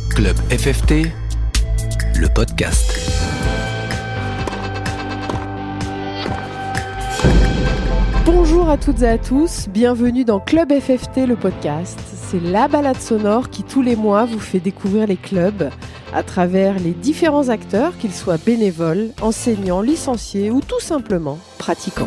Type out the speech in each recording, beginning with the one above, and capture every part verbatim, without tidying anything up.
Club F F T, le podcast. Bonjour à toutes et à tous, bienvenue dans Club F F T, le podcast. C'est la balade sonore qui tous les mois vous fait découvrir les clubs à travers les différents acteurs, qu'ils soient bénévoles, enseignants, licenciés ou tout simplement pratiquants.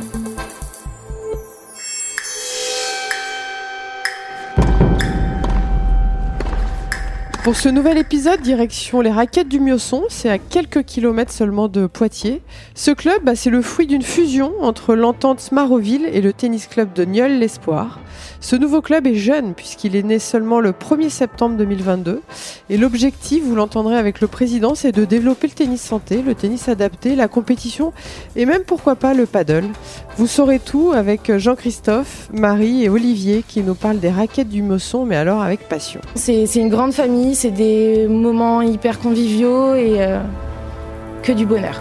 Pour ce nouvel épisode, direction les Raquettes du Miosson, c'est à quelques kilomètres seulement de Poitiers. Ce club, bah, c'est le fruit d'une fusion entre l'entente Smaroville et le tennis club de Nieul l'Espoir. Ce nouveau club est jeune puisqu'il est né seulement le premier septembre deux mille vingt-deux. Et l'objectif, vous l'entendrez avec le président, c'est de développer le tennis santé, le tennis adapté, la compétition et même pourquoi pas le paddle. Vous saurez tout avec Jean-Christophe, Marie et Olivier qui nous parlent des Raquettes du Miosson, mais alors avec passion. C'est, c'est une grande famille, c'est des moments hyper conviviaux et euh, que du bonheur.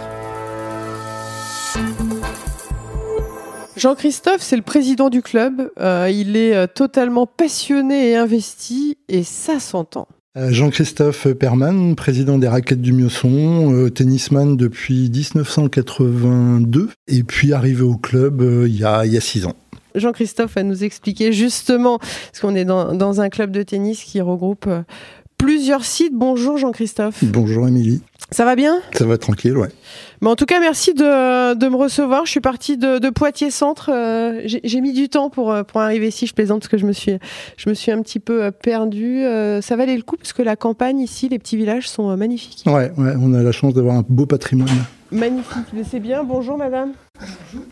Jean-Christophe, c'est le président du club. Euh, il est euh, totalement passionné et investi, et ça s'entend. Jean-Christophe Perman, président des Raquettes du Miosson, euh, tennisman depuis dix-neuf cent quatre-vingt-deux, et puis arrivé au club euh, il y a, il y a six ans. Jean-Christophe va nous expliquer justement, parce qu'on est dans, dans un club de tennis qui regroupe euh, plusieurs sites. Bonjour Jean-Christophe. Bonjour Émilie. Ça va bien ? Ça va tranquille, ouais. Mais en tout cas, merci de, de me recevoir. Je suis partie de, de Poitiers-Centre. Euh, j'ai, j'ai mis du temps pour, pour arriver ici. Je plaisante parce que je me suis, je me suis un petit peu perdue. Euh, ça valait le coup parce que la campagne ici, les petits villages sont magnifiques. Ouais, ouais, on a la chance d'avoir un beau patrimoine. Magnifique, mais c'est bien. Bonjour madame. Bonjour.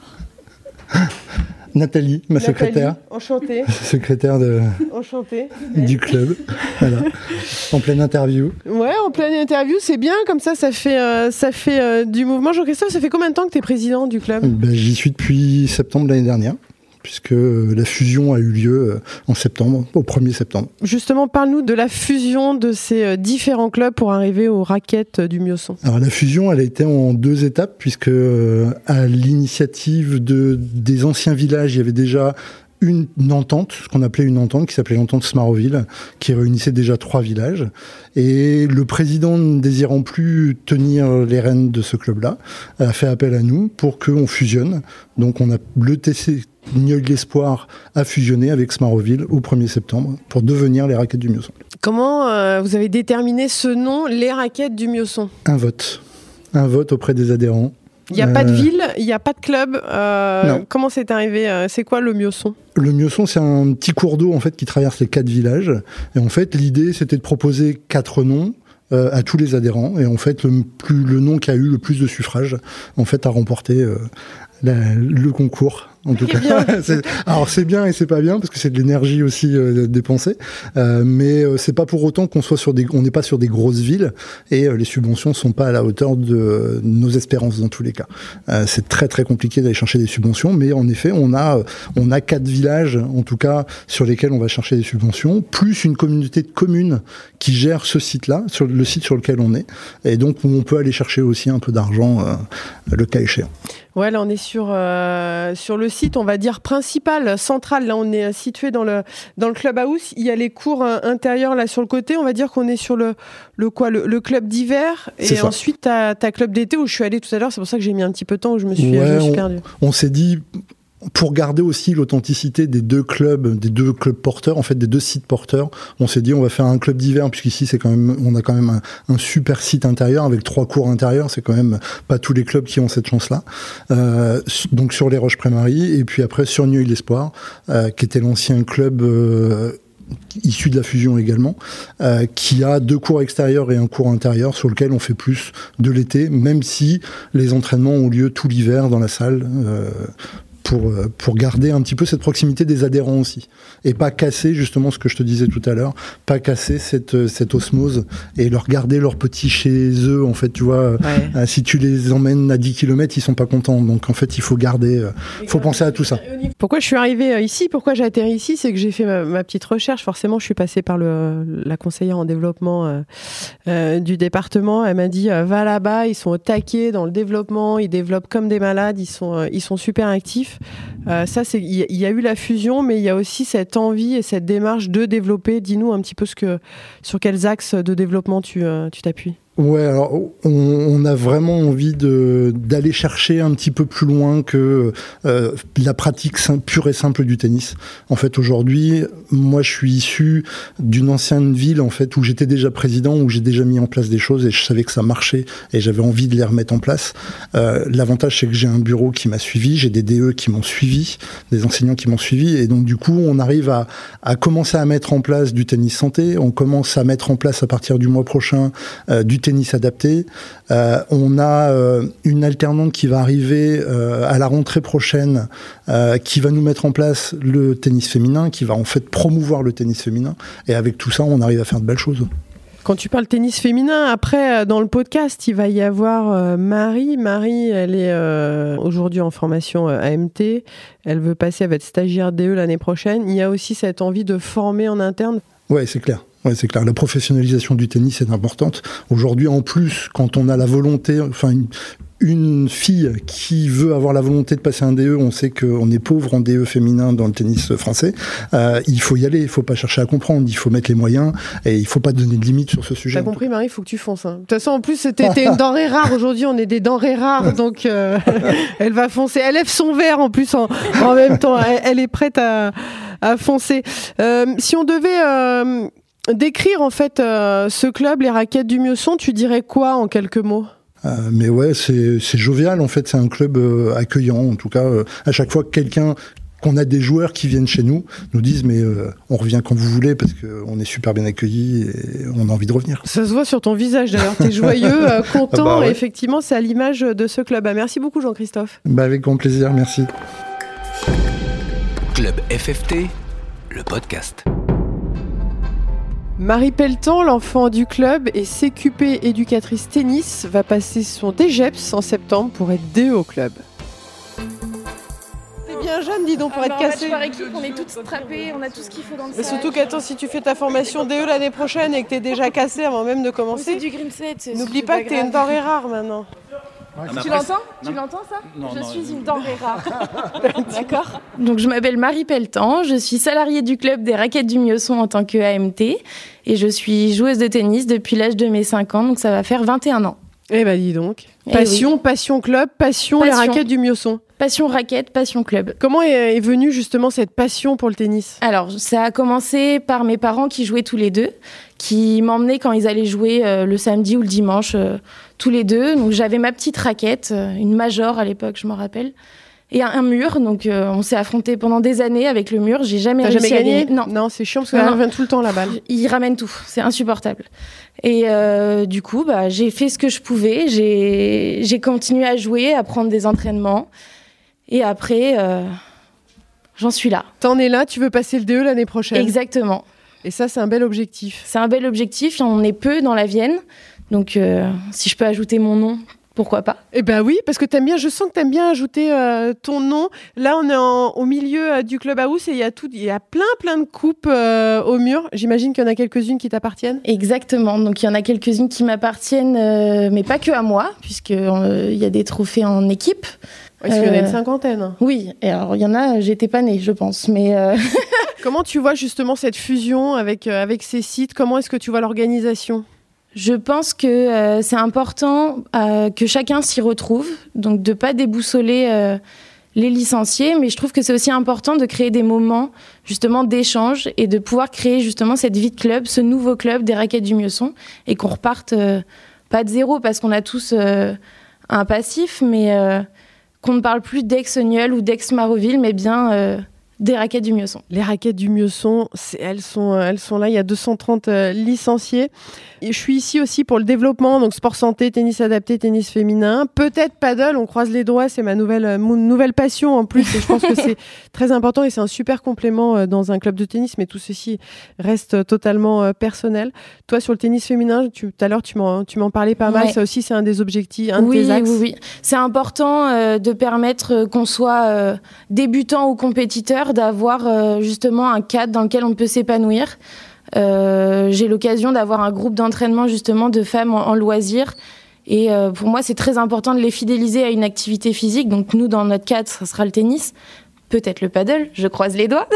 Nathalie, ma Nathalie, secrétaire. Enchantée. Secrétaire de, enchantée. du club. Voilà. En pleine interview. Ouais, en pleine interview, c'est bien. Comme ça, ça fait, euh, ça fait euh, du mouvement. Jean-Christophe, ça fait combien de temps que tu es président du club ? Ben, j'y suis depuis septembre de l'année dernière, puisque la fusion a eu lieu en septembre, au premier septembre. Justement, parle-nous de la fusion de ces différents clubs pour arriver aux Raquettes du Miosson. Alors la fusion, elle a été en deux étapes, puisque euh, à l'initiative de, des anciens villages, il y avait déjà une, une entente, ce qu'on appelait une entente, qui s'appelait l'entente Smaroville, qui réunissait déjà trois villages. Et le président, ne désirant plus tenir les rênes de ce club-là, a fait appel à nous pour qu'on fusionne. Donc on a le T C Nieul l'Espoir a fusionné avec Smaroville au premier septembre pour devenir les Raquettes du Miosson. Comment euh, vous avez déterminé ce nom, les Raquettes du Miosson ? Un vote. Un vote auprès des adhérents. Il n'y a euh... pas de ville, il n'y a pas de club. Euh, comment c'est arrivé ? C'est quoi le Miosson ? Le Miosson, c'est un petit cours d'eau en fait qui traverse les quatre villages. Et en fait, l'idée, c'était de proposer quatre noms euh, à tous les adhérents. Et en fait, le, plus, le nom qui a eu le plus de suffrages, en fait, a remporté euh, la, le concours. En tout cas, c'est, alors c'est bien et c'est pas bien parce que c'est de l'énergie aussi euh, dépensée, euh, mais euh, c'est pas pour autant qu'on soit sur des, on n'est pas sur des grosses villes et euh, les subventions sont pas à la hauteur de euh, nos espérances dans tous les cas. Euh, c'est très très compliqué d'aller chercher des subventions, mais en effet on a on a quatre villages en tout cas sur lesquels on va chercher des subventions, plus une communauté de communes qui gère ce site-là, sur le site sur lequel on est, et donc où on peut aller chercher aussi un peu d'argent euh, le cas échéant. Ouais, là on est sur euh, sur le site, on va dire principal, central. Là, on est situé dans le dans le clubhouse. Il y a les cours intérieurs là sur le côté. On va dire qu'on est sur le le quoi, le, le club d'hiver. Et ça. Ensuite, t'as t'as club d'été où je suis allée tout à l'heure. C'est pour ça que j'ai mis un petit peu de temps où je me suis, ouais, je me suis on, perdue. On s'est dit, pour garder aussi l'authenticité des deux clubs, des deux clubs porteurs, en fait des deux sites porteurs, on s'est dit on va faire un club d'hiver puisqu'ici c'est quand même, on a quand même un, un super site intérieur avec trois cours intérieurs. C'est quand même pas tous les clubs qui ont cette chance-là. Euh, donc sur les Roches-Pré-Marie et puis après sur Nieul l'Espoir, euh, qui était l'ancien club. Euh, issu de la fusion également, euh, qui a deux cours extérieurs et un cours intérieur sur lequel on fait plus de l'été, même si les entraînements ont lieu tout l'hiver dans la salle, euh, pour, pour garder un petit peu cette proximité des adhérents aussi. Et pas casser justement ce que je te disais tout à l'heure, pas casser cette, cette osmose et leur garder leurs petits chez eux, en fait, tu vois. Ouais. Euh, si tu les emmènes à dix kilomètres, ils sont pas contents. Donc en fait, il faut garder, euh, il faut penser à tout ça. Pourquoi je suis arrivée ici, pourquoi j'ai atterri ici, c'est que j'ai fait ma, ma petite recherche. Forcément, je suis passée par le, la conseillère en développement euh, euh, du département. Elle m'a dit, euh, va là-bas, ils sont au taquet dans le développement, ils développent comme des malades, ils sont, euh, ils sont super actifs. Euh, ça, c'est, il y, y a eu la fusion, mais il y a aussi cette envie et cette démarche de développer. Dis-nous un petit peu ce que, sur quels axes de développement tu, euh, tu t'appuies. Ouais, alors on, on a vraiment envie de, d'aller chercher un petit peu plus loin que euh, la pratique simple, pure et simple du tennis. En fait, aujourd'hui, moi, je suis issu d'une ancienne ville en fait où j'étais déjà président, où j'ai déjà mis en place des choses et je savais que ça marchait et j'avais envie de les remettre en place. Euh, l'avantage, c'est que j'ai un bureau qui m'a suivi, j'ai des D E qui m'ont suivi, des enseignants qui m'ont suivi, et donc du coup, on arrive à, à commencer à mettre en place du tennis santé. On commence à mettre en place à partir du mois prochain euh, du tennis adapté. Euh, on a euh, une alternante qui va arriver euh, à la rentrée prochaine, euh, qui va nous mettre en place le tennis féminin, qui va en fait promouvoir le tennis féminin. Et avec tout ça, on arrive à faire de belles choses. Quand tu parles tennis féminin, après, dans le podcast, il va y avoir euh, Marie. Marie, elle est euh, aujourd'hui en formation euh, A M T. Elle veut passer, elle va être stagiaire D E l'année prochaine. Il y a aussi cette envie de former en interne. Ouais, c'est clair. Ouais, c'est clair. La professionnalisation du tennis est importante. Aujourd'hui, en plus, quand on a la volonté, enfin, une, une fille qui veut avoir la volonté de passer un D E, on sait qu'on est pauvre en D E féminin dans le tennis français. Euh, il faut y aller, il faut pas chercher à comprendre, il faut mettre les moyens et il faut pas donner de limites sur ce sujet. T'as compris, Marie, il faut que tu fonces. Hein. De toute façon, en plus, c'était t'es une denrée rare. Aujourd'hui, on est des denrées rares, donc euh, elle va foncer. Elle lève son verre en plus en, en même temps. Elle, elle est prête à, à foncer. Euh, si on devait euh, décrire en fait euh, ce club, les Raquettes du Miosson, tu dirais quoi en quelques mots ? Euh, mais ouais, c'est, c'est jovial en fait, c'est un club euh, accueillant. En tout cas, euh, à chaque fois que quelqu'un, qu'on a des joueurs qui viennent chez nous, nous disent mais euh, on revient quand vous voulez parce qu'on est super bien accueillis et on a envie de revenir. Ça se voit sur ton visage d'ailleurs, t'es joyeux, euh, content, ah bah ouais. Et effectivement c'est à l'image de ce club. Ah, merci beaucoup Jean-Christophe. Bah avec grand plaisir, merci. Club F F T, le podcast. Marie Pelletan, l'enfant du club et C Q P éducatrice tennis, va passer son D G E P S en septembre pour être D E au club. T'es bien jeune, dis donc, pour ah être bah, cassée. Par équipe, on est toutes strappées, on a tout ce qu'il faut dans le Mais sac. surtout qu'attends, si tu fais ta formation D E l'année prochaine et que t'es déjà cassée avant même de commencer, c'est du grimset. C'est, n'oublie c'est pas, pas que t'es une denrée rare maintenant. Ah, tu l'entends Tu l'entends ça non, Je non, suis non. une denrée rare. D'accord. Donc je m'appelle Marie Pelletan, je suis salariée du club des Raquettes du Miosson en tant que A M T et je suis joueuse de tennis depuis l'âge de mes cinq ans, donc ça va faire vingt et un ans. Eh ben dis donc. Eh Passion, oui. passion club, passion, Passion. les Raquettes du Miosson. Passion raquette, passion club. Comment est, est venue justement cette passion pour le tennis ? Alors, ça a commencé par mes parents qui jouaient tous les deux, qui m'emmenaient quand ils allaient jouer euh, le samedi ou le dimanche, euh, tous les deux. Donc, j'avais ma petite raquette, euh, une Major à l'époque, je m'en rappelle, et un, un mur. Donc, euh, on s'est affrontés pendant des années avec le mur. J'ai jamais T'as réussi jamais à gagné ? gagner. Non. Non, c'est chiant parce que Non, ça non. revient tout le temps la balle. Ils ramènent tout, c'est insupportable. Et euh, du coup, bah, j'ai fait ce que je pouvais. J'ai, j'ai continué à jouer, à prendre des entraînements. Et après, euh, j'en suis là. T'en es là, tu veux passer le D E l'année prochaine. Exactement. Et ça, c'est un bel objectif. C'est un bel objectif. On est peu dans la Vienne. Donc, euh, si je peux ajouter mon nom, pourquoi pas ? Eh ben oui, parce que t'aimes bien, je sens que t'aimes bien ajouter euh, ton nom. Là, on est en, au milieu euh, du clubhouse et il y a tout, il y a plein, plein de coupes euh, au mur. J'imagine qu'il y en a quelques-unes qui t'appartiennent. Exactement. Donc, il y en a quelques-unes qui m'appartiennent, euh, mais pas que à moi, puisqu'il euh, y a des trophées en équipe. Parce qu'il y en a une Euh, cinquantaine. Oui, et alors il y en a, j'étais pas née, je pense, mais euh... Comment tu vois justement cette fusion avec, euh, avec ces sites ? Comment est-ce que tu vois l'organisation ? je pense que euh, c'est important euh, que chacun s'y retrouve, donc de pas déboussoler euh, les licenciés, mais je trouve que c'est aussi important de créer des moments justement d'échange et de pouvoir créer justement cette vie de club, ce nouveau club des Raquettes du Miosson, et qu'on reparte euh, pas de zéro parce qu'on a tous euh, un passif, mais euh, qu'on ne parle plus d'ex-Nieul ou d'ex-Maroville, mais bien euh, des Raquettes du Miosson. Les Raquettes du Miosson, c'est, elles, sont, elles sont là, il y a deux cent trente euh, licenciés. Et je suis ici aussi pour le développement, donc sport santé, tennis adapté, tennis féminin. Peut-être paddle, on croise les doigts, c'est ma nouvelle, euh, mon nouvelle passion en plus. Et je pense que c'est très important et c'est un super complément euh, dans un club de tennis, mais tout ceci reste euh, totalement euh, personnel. Toi, sur le tennis féminin, tu, tout à l'heure, tu m'en, tu m'en parlais pas mal. Ouais. Ça aussi, c'est un des objectifs, un oui, de tes axes. Oui, oui, c'est important euh, de permettre euh, qu'on soit euh, débutant ou compétiteur, d'avoir euh, justement un cadre dans lequel on peut s'épanouir. Euh, j'ai l'occasion d'avoir un groupe d'entraînement justement de femmes en, en loisirs Et euh, pour moi, c'est très important de les fidéliser à une activité physique. Donc nous, dans notre cadre, ça sera le tennis. Peut-être le paddle, je croise les doigts.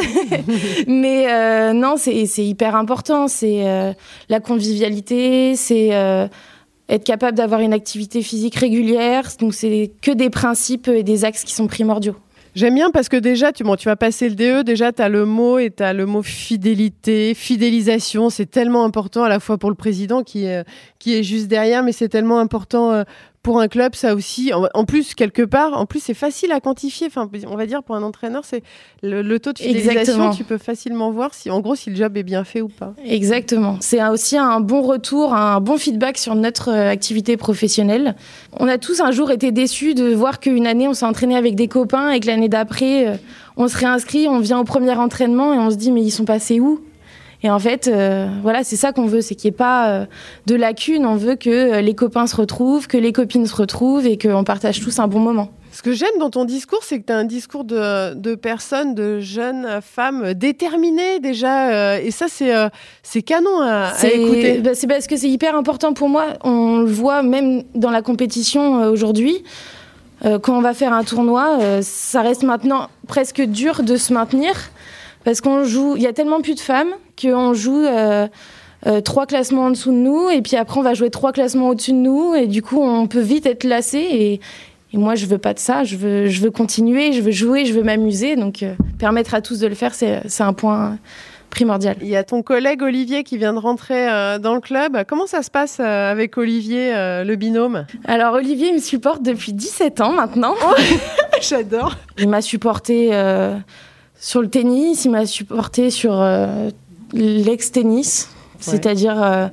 Mais euh, non, c'est, c'est hyper important. C'est euh, la convivialité, c'est euh, être capable d'avoir une activité physique régulière. Donc c'est que des principes et des axes qui sont primordiaux. J'aime bien parce que déjà, tu, bon, tu vas passer le D E, déjà tu as le mot et tu as le mot fidélité, fidélisation, c'est tellement important à la fois pour le président qui est, qui est juste derrière, mais c'est tellement important euh, pour un club, ça aussi. En, en plus, quelque part, en plus c'est facile à quantifier, enfin, on va dire pour un entraîneur, c'est le, le taux de fidélisation, exactement. Tu peux facilement voir si, en gros si le job est bien fait ou pas. Exactement, c'est aussi un bon retour, un bon feedback sur notre activité professionnelle. On a tous un jour été déçus de voir qu'une année on s'est entraîné avec des copains et que l'année d'après on se réinscrit, on vient au premier entraînement et on se dit mais ils sont passés où ? Et en fait, euh, voilà, c'est ça qu'on veut, c'est qu'il n'y ait pas euh, de lacunes. On veut que les copains se retrouvent, que les copines se retrouvent et qu'on partage tous un bon moment. Ce que j'aime dans ton discours, c'est que tu as un discours de, de personnes, de jeunes femmes déterminées déjà. Euh, et ça, c'est, euh, c'est canon à, c'est, à écouter. Bah, c'est parce que c'est hyper important pour moi. On le voit même dans la compétition euh, aujourd'hui. Euh, quand on va faire un tournoi, euh, ça reste maintenant presque dur de se maintenir. Parce qu'on joue, il y a tellement plus de femmes qu'on joue euh, euh, trois classements en dessous de nous, et puis après on va jouer trois classements au-dessus de nous, et du coup on peut vite être lassé. Et, et moi je veux pas de ça, je veux, je veux continuer, je veux jouer, je veux m'amuser. Donc euh, permettre à tous de le faire, c'est, c'est un point primordial. Il y a ton collègue Olivier qui vient de rentrer euh, dans le club. Comment ça se passe euh, avec Olivier, euh, le binôme ? Alors Olivier il me supporte depuis dix-sept ans maintenant. J'adore. Il m'a supporté euh, sur le tennis, il m'a supporté sur euh, l'ex-tennis, ouais. C'est-à-dire euh,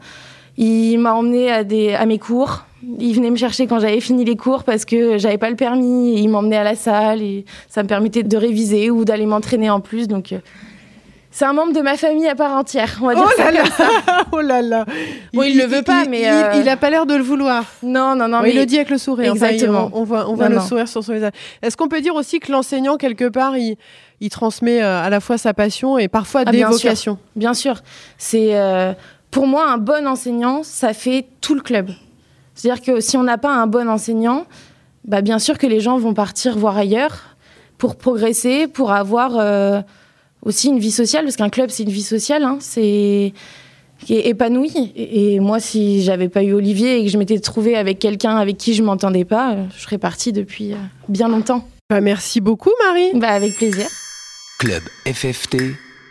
il m'a emmené à, des, à mes cours, il venait me chercher quand j'avais fini les cours parce que j'avais pas le permis, et il m'emmenait à la salle et ça me permettait de réviser ou d'aller m'entraîner en plus, donc... Euh, c'est un membre de ma famille à part entière, on va dire oh ça là comme ça. Oh là là. Bon, il, il le veut il, pas, il, mais... Il, euh... il a pas l'air de le vouloir. Non, non, non. Bon, mais... Il le dit avec le sourire. Exactement. Enfin, on, on voit, on voit non, le non. sourire sur son visage. Est-ce qu'on peut dire aussi que l'enseignant, quelque part, il, il transmet à la fois sa passion et parfois ah, des bien vocations ? Sûr. Bien sûr. C'est, euh, pour moi, un bon enseignant, ça fait tout le club. C'est-à-dire que si on n'a pas un bon enseignant, bah, bien sûr que les gens vont partir voir ailleurs pour progresser, pour avoir... Euh, aussi une vie sociale, parce qu'un club, c'est une vie sociale, hein, c'est qui est épanouie. Et, et moi, si j'avais pas eu Olivier et que je m'étais trouvée avec quelqu'un avec qui je m'entendais pas, je serais partie depuis bien longtemps. Bah, merci beaucoup, Marie. Bah, avec plaisir. Club F F T,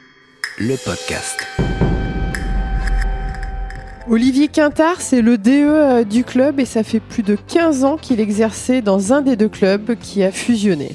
le podcast. Olivier Quintard, c'est le D E du club et ça fait plus de quinze ans qu'il exerçait dans un des deux clubs qui a fusionné.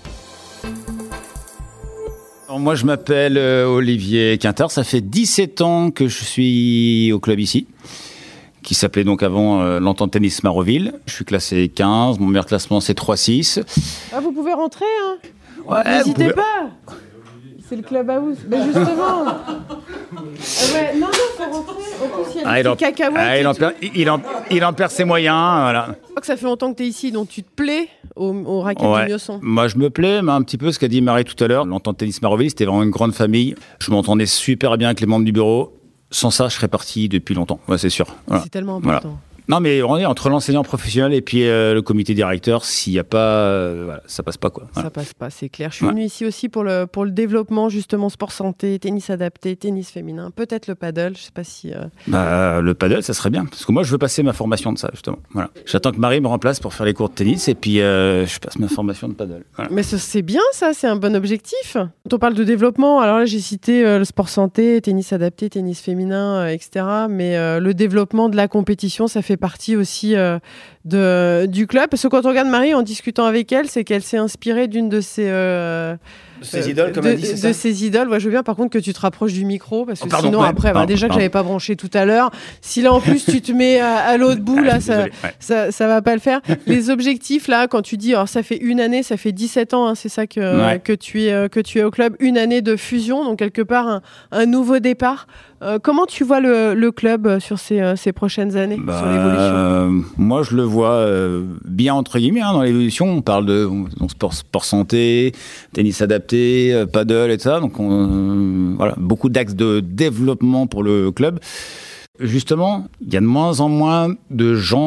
Moi, je m'appelle Olivier Quintard. Ça fait dix-sept ans que je suis au club ici, qui s'appelait donc avant euh, l'Entente Tennis Maroville. Je suis classé quinze. Mon meilleur classement, c'est trois six. Ah, vous pouvez rentrer, hein ? Ouais, n'hésitez pouvez... pas. C'est le club house. Mais justement. ah ouais, non, non, faut rentrer. En plus, il y a ah, des il en... cacahuètes. Ah, il, en per... il, en... il en perd ses moyens, voilà. Je crois que ça fait longtemps que tu es ici, donc tu te plais au, au racket ouais. du Miosson. Moi, je me plais, mais un petit peu ce qu'a dit Marie tout à l'heure. L'Entente Tennis Maroville, c'était vraiment une grande famille. Je m'entendais super bien avec les membres du bureau. Sans ça, je serais parti depuis longtemps. Ouais, c'est sûr. Voilà. C'est tellement important. Voilà. Non, mais on est entre l'enseignant professionnel et puis euh, le comité directeur, s'il n'y a pas... Euh, voilà, ça passe pas, quoi. Voilà. Ça passe pas, c'est clair. Je suis ouais. venue ici aussi pour le, pour le développement, justement, sport santé, tennis adapté, tennis féminin, peut-être le paddle, je sais pas si... Euh... Bah, le paddle, ça serait bien, parce que moi, je veux passer ma formation de ça, justement. Voilà. J'attends que Marie me remplace pour faire les cours de tennis, et puis euh, je passe ma formation de paddle. Voilà. Mais c'est bien, ça, c'est un bon objectif. Quand on parle de développement, alors là, j'ai cité euh, le sport santé, tennis adapté, tennis féminin, euh, et cetera. Mais euh, le développement de la compétition, ça fait partie aussi... Euh, De, du club, parce que quand on regarde Marie en discutant avec elle, c'est qu'elle s'est inspirée d'une de ses euh, de ses idoles, comme de, elle dit, c'est ça de ses idoles. Ouais, je veux bien par contre que tu te rapproches du micro, parce que oh, pardon, sinon ouais, après, pardon, bah, déjà pardon. que j'avais pas branché tout à l'heure, si là en plus tu te mets à, à l'autre bout, là, ça, ouais. ça, ça va pas le faire. Les objectifs là, quand tu dis, alors ça fait une année, ça fait dix-sept ans, hein, c'est ça que ouais. que tu es que tu es au club, une année de fusion, donc quelque part un, un nouveau départ. Euh, comment tu vois le, le club sur ces, euh, ces prochaines années, bah, sur l'évolution ? euh, Moi, je le vois euh, bien, entre guillemets, hein, dans l'évolution. On parle de on, sport, sport santé, tennis adapté, euh, paddle et tout ça. Donc, on, euh, voilà, beaucoup d'axes de développement pour le club. Justement, il y a de moins en moins de gens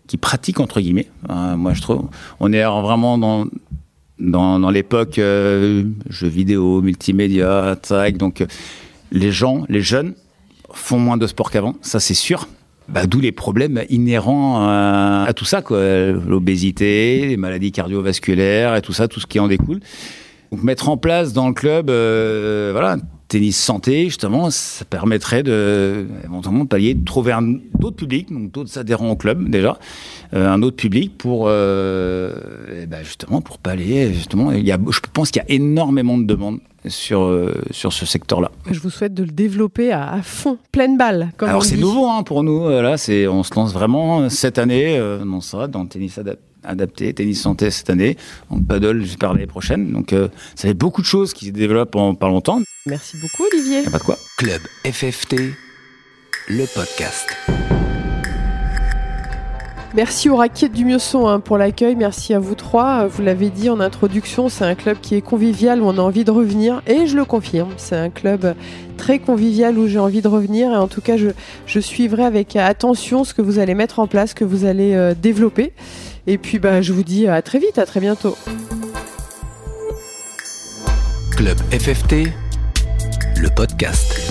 qui pratiquent entre guillemets. Euh, moi, je trouve, on est vraiment dans dans, dans l'époque euh, jeux vidéo, multimédia, tac. Donc, euh, les gens, les jeunes font moins de sport qu'avant, ça c'est sûr. Bah, d'où les problèmes inhérents à, à tout ça, quoi. L'obésité, les maladies cardiovasculaires et tout ça, tout ce qui en découle. Donc, mettre en place dans le club, euh, voilà, tennis santé, justement, ça permettrait de, éventuellement, de pallier, de trouver un, d'autres publics, donc d'autres adhérents au club, déjà, euh, un autre public pour, euh, et ben justement, pour pallier, justement, il y a, je pense qu'il y a énormément de demandes sur, euh, sur ce secteur-là. Je vous souhaite de le développer à, à fond, pleine balle, comme Alors, on c'est dit. nouveau, hein, pour nous, là, c'est, on se lance vraiment cette année, euh, dans ça, dans le tennis adapté. adapté, tennis santé cette année, donc paddle, j'espère l'année prochaine. Donc euh, ça fait beaucoup de choses qui se développent en pas longtemps. Merci beaucoup Olivier. Y a pas de quoi. Club F F T, le podcast. Merci aux Raquettes du Miosson hein, pour l'accueil, merci à vous trois. Vous l'avez dit en introduction, c'est un club qui est convivial, où on a envie de revenir, et je le confirme, c'est un club très convivial où j'ai envie de revenir, et en tout cas je, je suivrai avec attention ce que vous allez mettre en place, ce que vous allez euh, développer, et puis bah, je vous dis à très vite, à très bientôt. Club F F T, le podcast.